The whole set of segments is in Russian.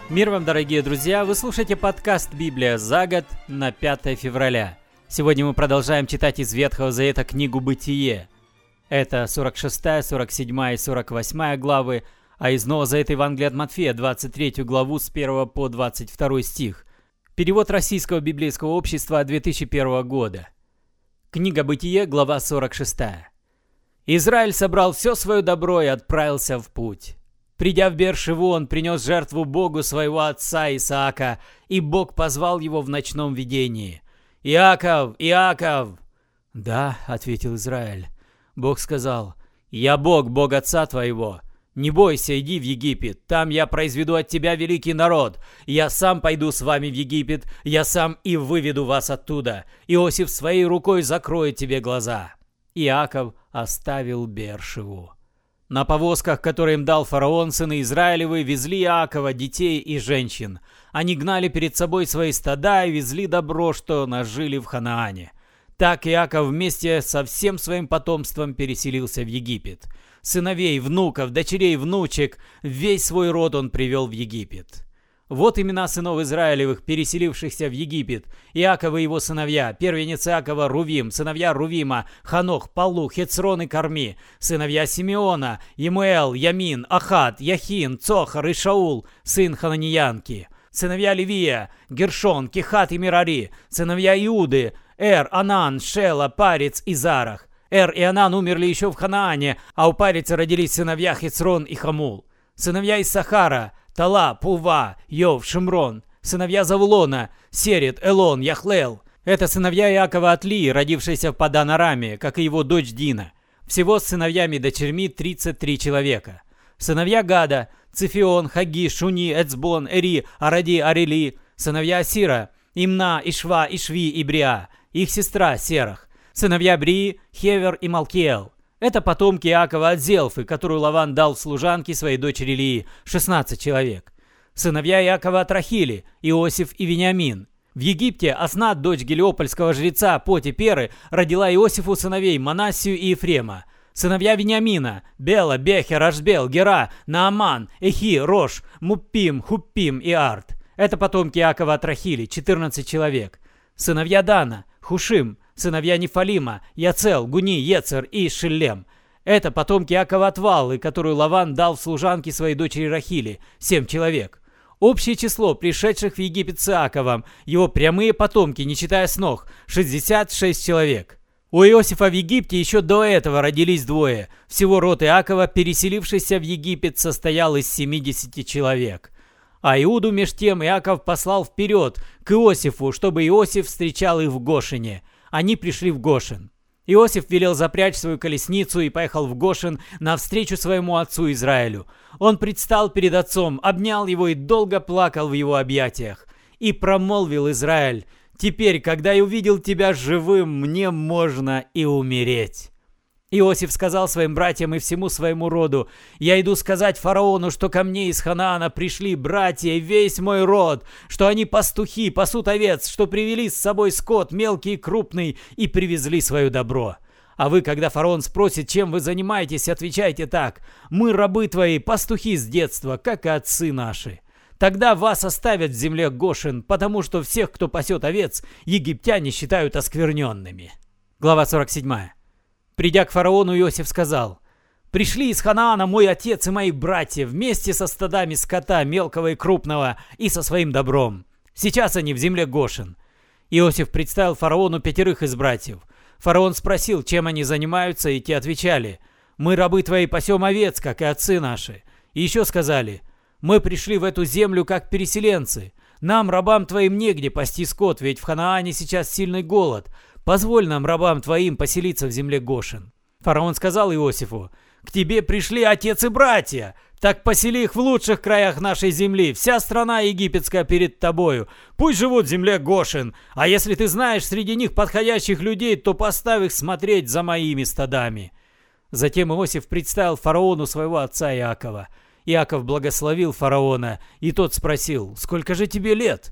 Мир вам, дорогие друзья! Вы слушаете подкаст «Библия за год» на 5 февраля. Сегодня мы продолжаем читать из Ветхого Завета книгу «Бытие». Это 46, 47 и 48 главы, а из Нового Завета Евангелия от Матфея, 23 главу с 1 по 22 стих. Перевод Российского библейского общества 2001 года. Книга «Бытие», глава 46. «Израиль собрал все свое добро и отправился в путь. Придя в Беэр-Шеву, он принес жертву Богу своего отца Исаака, и Бог позвал его в ночном видении. «Иаков! Иаков!» «Да», — ответил Израиль. Бог сказал: «Я Бог, Бог отца твоего. Не бойся, иди в Египет, там я произведу от тебя великий народ. Я сам пойду с вами в Египет, я сам и выведу вас оттуда. Иосиф своей рукой закроет тебе глаза». Иаков оставил Беэр-Шеву. На повозках, которые им дал фараон, сыны Израилевы, везли Иакова, детей и женщин. Они гнали перед собой свои стада и везли добро, что нажили в Ханаане. Так Иаков вместе со всем своим потомством переселился в Египет. Сыновей, внуков, дочерей, внучек, весь свой род он привел в Египет. Вот имена сынов Израилевых, переселившихся в Египет. Иаков и его сыновья: первенец Иакова Рувим, сыновья Рувима Ханох, Палу, Хецрон и Карми, сыновья Симеона Емуэл, Ямин, Ахат, Яхин, Цохар и Шаул, сын Хананиянки, сыновья Левия Гершон, Кихат и Мирари, сыновья Иуды Эр, Анан, Шела, Парец и Зарах. Эр и Анан умерли еще в Ханаане, а у Пареца родились сыновья Хецрон и Хамул. Сыновья Иссахара: Тала, Пува, Йов, Шимрон. Сыновья Завулона: Серет, Элон, Яхлел. Это сыновья Иакова от Лии, родившиеся в Падан-Араме, как и его дочь Дина. Всего с сыновьями и дочерьми 33 человека. Сыновья Гада: Цифион, Хаги, Шуни, Эцбон, Эри, Аради, Арели. Сыновья Асира: Имна, Ишва, Ишви и Бриа. Их сестра Серах. Сыновья Брии: Хевер и Малкиэл. Это потомки Иакова от Зелфы, которую Лаван дал в служанке своей дочери Лии, 16 человек. Сыновья Иакова от Рахили: Иосиф и Вениамин. В Египте Аснат, дочь гелиопольского жреца Потиперы, родила Иосифу сыновей Манассию и Ефрема. Сыновья Вениамина: Бела, Бехер, Ашбел, Гера, Нааман, Эхи, Рош, Муппим, Хуппим и Арт. Это потомки Иакова от Рахили, 14 человек. Сыновья Дана: Хушим. Сыновья Нефалима: Яцел, Гуни, Ецер и Шиллем. Это потомки Иакова от Валлы, которую Лаван дал в служанке своей дочери Рахили, 7 человек. Общее число пришедших в Египет с Иаковом, его прямые потомки, не считая снох, 66 человек. У Иосифа в Египте еще до этого родились двое. Всего род Иакова, переселившийся в Египет, состоял из 70 человек. А Иуду меж тем Иаков послал вперед к Иосифу, чтобы Иосиф встречал их в Гошене. Они пришли в Гошен. Иосиф велел запрячь свою колесницу и поехал в Гошен навстречу своему отцу Израилю. Он предстал перед отцом, обнял его и долго плакал в его объятиях. И промолвил Израиль: «Теперь, когда я увидел тебя живым, мне можно и умереть». Иосиф сказал своим братьям и всему своему роду: «Я иду сказать фараону, что ко мне из Ханаана пришли братья и весь мой род, что они пастухи, пасут овец, что привели с собой скот, мелкий и крупный, и привезли свое добро. А вы, когда фараон спросит, чем вы занимаетесь, отвечайте так: мы, рабы твои, пастухи с детства, как и отцы наши. Тогда вас оставят в земле Гошен, потому что всех, кто пасет овец, египтяне считают оскверненными». Глава 47. Придя к фараону, Иосиф сказал: «Пришли из Ханаана мой отец и мои братья вместе со стадами скота, мелкого и крупного, и со своим добром. Сейчас они в земле Гошен». Иосиф представил фараону 5 из братьев. Фараон спросил, чем они занимаются, и те отвечали: «Мы, рабы твои, пасем овец, как и отцы наши». И еще сказали: «Мы пришли в эту землю как переселенцы. Нам, рабам твоим, негде пасти скот, ведь в Ханаане сейчас сильный голод. Позволь нам, рабам твоим, поселиться в земле Гошен». Фараон сказал Иосифу: «К тебе пришли отец и братья, так посели их в лучших краях нашей земли. Вся страна египетская перед тобою. Пусть живут в земле Гошен, а если ты знаешь среди них подходящих людей, то поставь их смотреть за моими стадами». Затем Иосиф представил фараону своего отца Иакова. Иаков благословил фараона, и тот спросил: «Сколько же тебе лет?»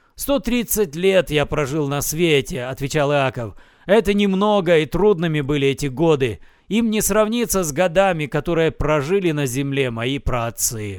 130 лет я прожил на свете», — отвечал Иаков. «Это немного, и трудными были эти годы. Им не сравнится с годами, которые прожили на земле мои праотцы».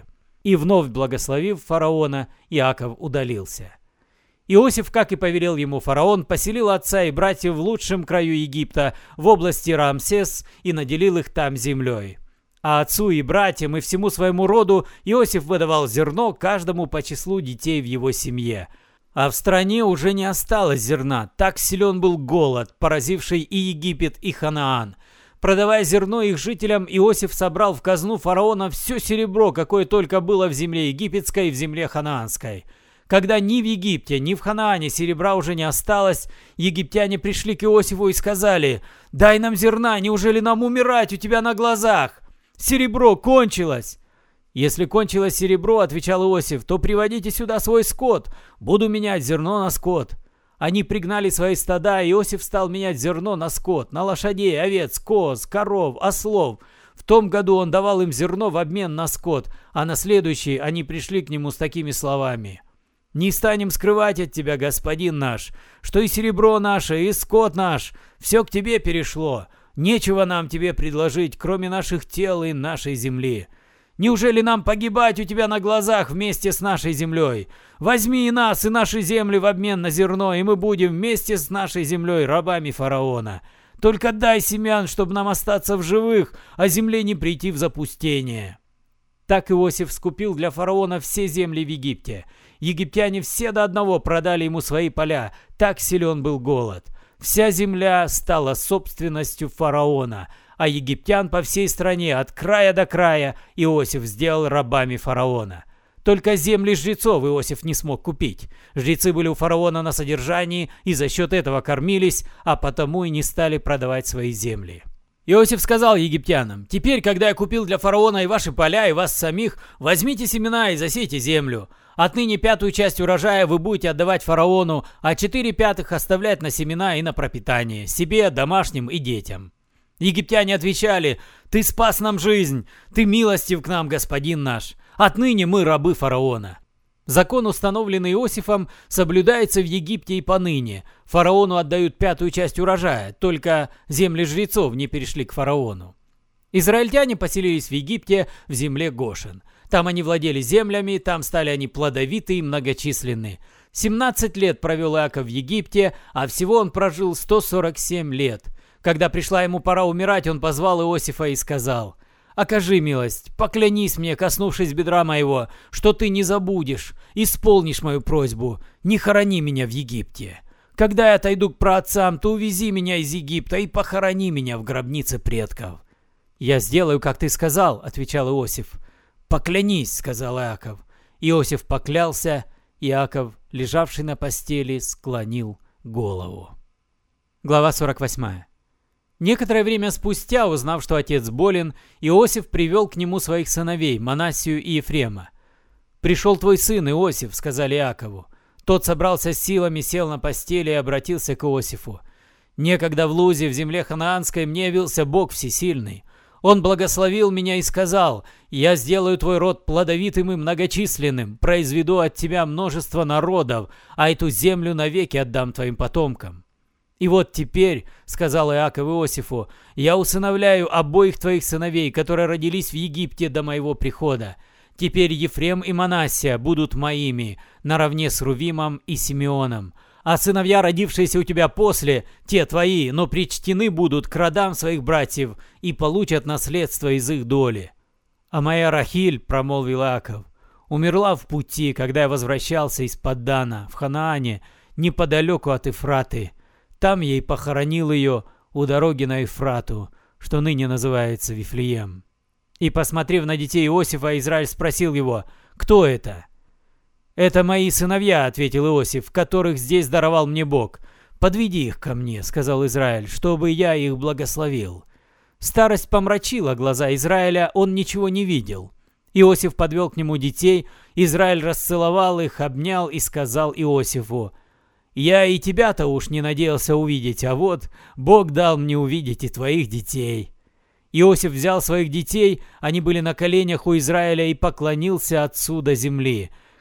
И вновь благословив фараона, Иаков удалился. Иосиф, как и повелел ему фараон, поселил отца и братьев в лучшем краю Египта, в области Рамсес, и наделил их там землей. А отцу и братьям и всему своему роду Иосиф выдавал зерно каждому по числу детей в его семье. А в стране уже не осталось зерна, так силен был голод, поразивший и Египет, и Ханаан. Продавая зерно их жителям, Иосиф собрал в казну фараона все серебро, какое только было в земле египетской и в земле ханаанской. Когда ни в Египте, ни в Ханаане серебра уже не осталось, египтяне пришли к Иосифу и сказали: «Дай нам зерна, неужели нам умирать у тебя на глазах? Серебро кончилось!» «Если кончилось серебро, — отвечал Иосиф, — то приводите сюда свой скот, буду менять зерно на скот». Они пригнали свои стада, и Иосиф стал менять зерно на скот, на лошадей, овец, коз, коров, ослов. В том году он давал им зерно в обмен на скот, а на следующий они пришли к нему с такими словами: «Не станем скрывать от тебя, господин наш, что и серебро наше, и скот наш, все к тебе перешло. Нечего нам тебе предложить, кроме наших тел и нашей земли. Неужели нам погибать у тебя на глазах вместе с нашей землей? Возьми и нас, и наши земли в обмен на зерно, и мы будем вместе с нашей землей рабами фараона. Только дай семян, чтобы нам остаться в живых, а земле не прийти в запустение». Так Иосиф скупил для фараона все земли в Египте. Египтяне все до одного продали ему свои поля, так силен был голод. Вся земля стала собственностью фараона, а египтян по всей стране от края до края Иосиф сделал рабами фараона. Только земли жрецов Иосиф не смог купить. Жрецы были у фараона на содержании и за счет этого кормились, а потому и не стали продавать свои земли. Иосиф сказал египтянам: «Теперь, когда я купил для фараона и ваши поля, и вас самих, возьмите семена и засейте землю. Отныне 5-ю часть урожая вы будете отдавать фараону, а 4/5 оставлять на семена и на пропитание, себе, домашним и детям». Египтяне отвечали: «Ты спас нам жизнь, ты милостив к нам, господин наш. Отныне мы рабы фараона». Закон, установленный Иосифом, соблюдается в Египте и поныне. Фараону отдают 5-ю часть урожая, только земли жрецов не перешли к фараону. Израильтяне поселились в Египте, в земле Гошен. Там они владели землями, там стали они плодовиты и многочисленны. 17 лет провел Иаков в Египте, а всего он прожил 147 лет. Когда пришла ему пора умирать, он позвал Иосифа и сказал: «Окажи милость, поклянись мне, коснувшись бедра моего, что ты не забудешь, исполнишь мою просьбу, не хорони меня в Египте. Когда я отойду к праотцам, то увези меня из Египта и похорони меня в гробнице предков». «Я сделаю, как ты сказал», — отвечал Иосиф. «Поклянись», — сказал Иаков. Иосиф поклялся, Иаков, лежавший на постели, склонил голову. Глава 48. Некоторое время спустя, узнав, что отец болен, Иосиф привел к нему своих сыновей, Манассию и Ефрема. «Пришел твой сын, Иосиф», — сказали Иакову. Тот собрался с силами, сел на постели и обратился к Иосифу. «Некогда в Лузе, в земле ханаанской, мне явился Бог Всесильный. Он благословил меня и сказал: «Я сделаю твой род плодовитым и многочисленным, произведу от тебя множество народов, а эту землю навеки отдам твоим потомкам». И вот теперь, — сказал Иаков Иосифу, — я усыновляю обоих твоих сыновей, которые родились в Египте до моего прихода. Теперь Ефрем и Манассия будут моими, наравне с Рувимом и Симеоном. А сыновья, родившиеся у тебя после, те твои, но причтены будут к родам своих братьев и получат наследство из их доли. А моя Рахиль, — промолвил Иаков, — умерла в пути, когда я возвращался из Паддана, в Ханаане, неподалеку от Ефраты. Там я и похоронил ее у дороги на Ефрату, что ныне называется Вифлеем». И, посмотрев на детей Иосифа, Израиль спросил его: «Кто это?» «Это мои сыновья», — ответил Иосиф, — «которых здесь даровал мне Бог. Подведи их ко мне», — сказал Израиль, — «чтобы я их благословил». Старость помрачила глаза Израиля, он ничего не видел. Иосиф подвел к нему детей, Израиль расцеловал их, обнял и сказал Иосифу: «Я и тебя-то уж не надеялся увидеть, а вот Бог дал мне увидеть и твоих детей». Иосиф взял своих детей, они были на коленях у Израиля, и поклонился отцу до земли.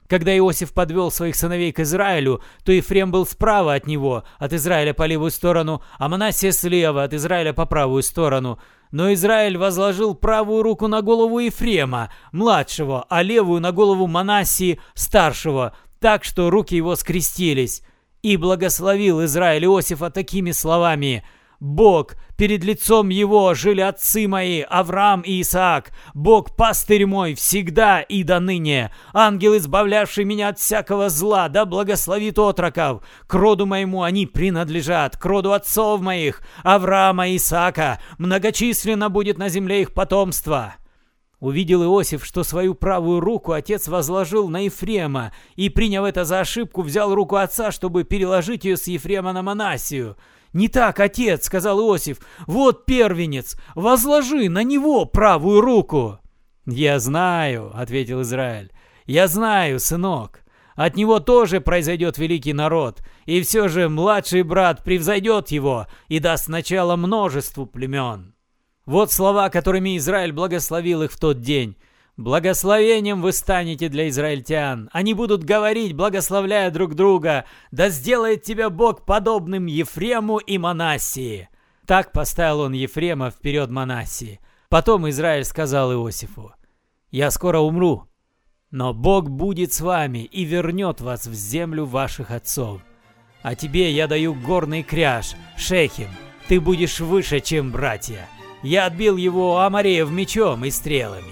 Когда Иосиф подвел своих сыновей к Израилю, то Ефрем был справа от него, от Израиля по левую сторону, а Манассия слева, от Израиля по правую сторону. Но Израиль возложил правую руку на голову Ефрема, младшего, а левую на голову Манассии, старшего, так что руки его скрестились. И благословил Израиль Иосифа такими словами: «Бог, перед лицом его жили отцы мои, Авраам и Исаак. Бог, пастырь мой, всегда и до ныне. Ангел, избавлявший меня от всякого зла, да благословит отроков. К роду моему они принадлежат, к роду отцов моих, Авраама и Исаака. Многочисленно будет на земле их потомство». Увидел Иосиф, что свою правую руку отец возложил на Ефрема, и, приняв это за ошибку, взял руку отца, чтобы переложить ее с Ефрема на Манассию. «Не так, отец», — сказал Иосиф, — «вот первенец, возложи на него правую руку». «Я знаю», — ответил Израиль, — «я знаю, сынок. От него тоже произойдет великий народ, и все же младший брат превзойдет его и даст начало множеству племен». Вот слова, которыми Израиль благословил их в тот день. «Благословением вы станете для израильтян. Они будут говорить, благословляя друг друга: да сделает тебя Бог подобным Ефрему и Манассии». Так поставил он Ефрема вперед Манассии. Потом Израиль сказал Иосифу: «Я скоро умру, но Бог будет с вами и вернет вас в землю ваших отцов. А тебе я даю горный кряж, Шехем. Ты будешь выше, чем братья. Я отбил его у Амореев мечом и стрелами».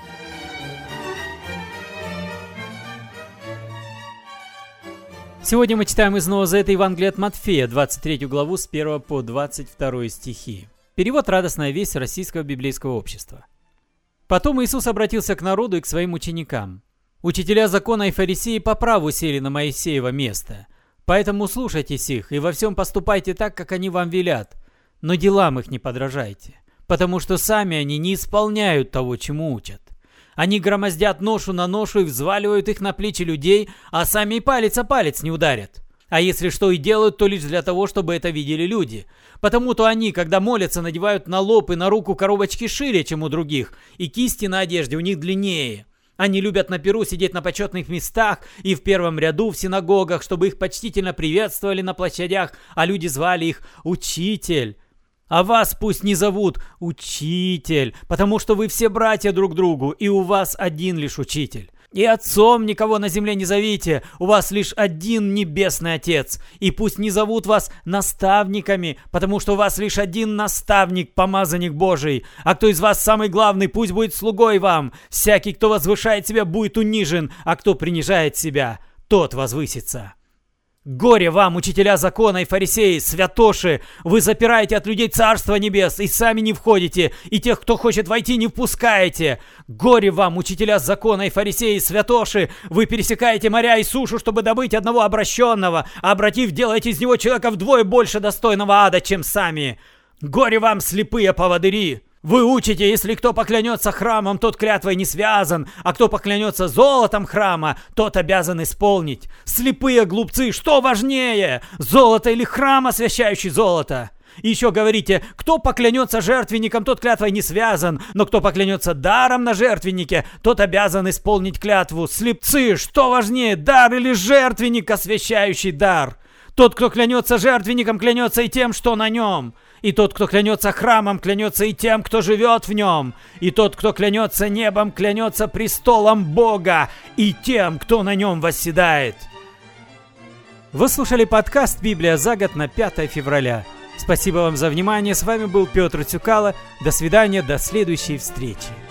Сегодня мы читаем из Нового Завета Евангелие от Матфея, 23 главу с 1 по 22 стихи. Перевод «Радостная весть» Российского библейского общества. «Потом Иисус обратился к народу и к своим ученикам. Учителя закона и фарисеи по праву сели на Моисеево место. Поэтому слушайтесь их и во всем поступайте так, как они вам велят. Но делам их не подражайте, потому что сами они не исполняют того, чему учат. Они громоздят ношу на ношу и взваливают их на плечи людей, а сами и палец о палец не ударят. А если что и делают, то лишь для того, чтобы это видели люди. Потому-то они, когда молятся, надевают на лоб и на руку коробочки шире, чем у других, и кисти на одежде у них длиннее. Они любят на пиру сидеть на почетных местах и в первом ряду в синагогах, чтобы их почтительно приветствовали на площадях, а люди звали их «Учитель». А вас пусть не зовут «Учитель», потому что вы все братья друг другу, и у вас один лишь Учитель. И отцом никого на земле не зовите, у вас лишь один небесный Отец. И пусть не зовут вас наставниками, потому что у вас лишь один наставник, помазанник Божий. А кто из вас самый главный, пусть будет слугой вам. Всякий, кто возвышает себя, будет унижен, а кто принижает себя, тот возвысится. Горе вам, учителя закона и фарисеи, святоши! Вы запираете от людей Царство Небес и сами не входите, и тех, кто хочет войти, не впускаете. Горе вам, учителя закона и фарисеи, святоши! Вы пересекаете моря и сушу, чтобы добыть одного обращенного, а обратив, делаете из него человека вдвое больше достойного ада, чем сами. Горе вам, слепые поводыри! Вы учите, если кто поклянется храмом, тот клятвой не связан, а кто поклянется золотом храма, тот обязан исполнить. Слепые глупцы, что важнее, золото или храм, освящающий золото? И еще говорите, кто поклянется жертвенником, тот клятвой не связан, но кто поклянется даром на жертвеннике, тот обязан исполнить клятву. Слепцы, что важнее, дар или жертвенник, освящающий дар? Тот, кто клянется жертвенником, клянется и тем, что на нем. И тот, кто клянется храмом, клянется и тем, кто живет в нем. И тот, кто клянется небом, клянется престолом Бога и тем, кто на нем восседает. Вы слушали подкаст «Библия за год» на 5 февраля. Спасибо вам за внимание. С вами был Петр Цюкало. До свидания, до следующей встречи.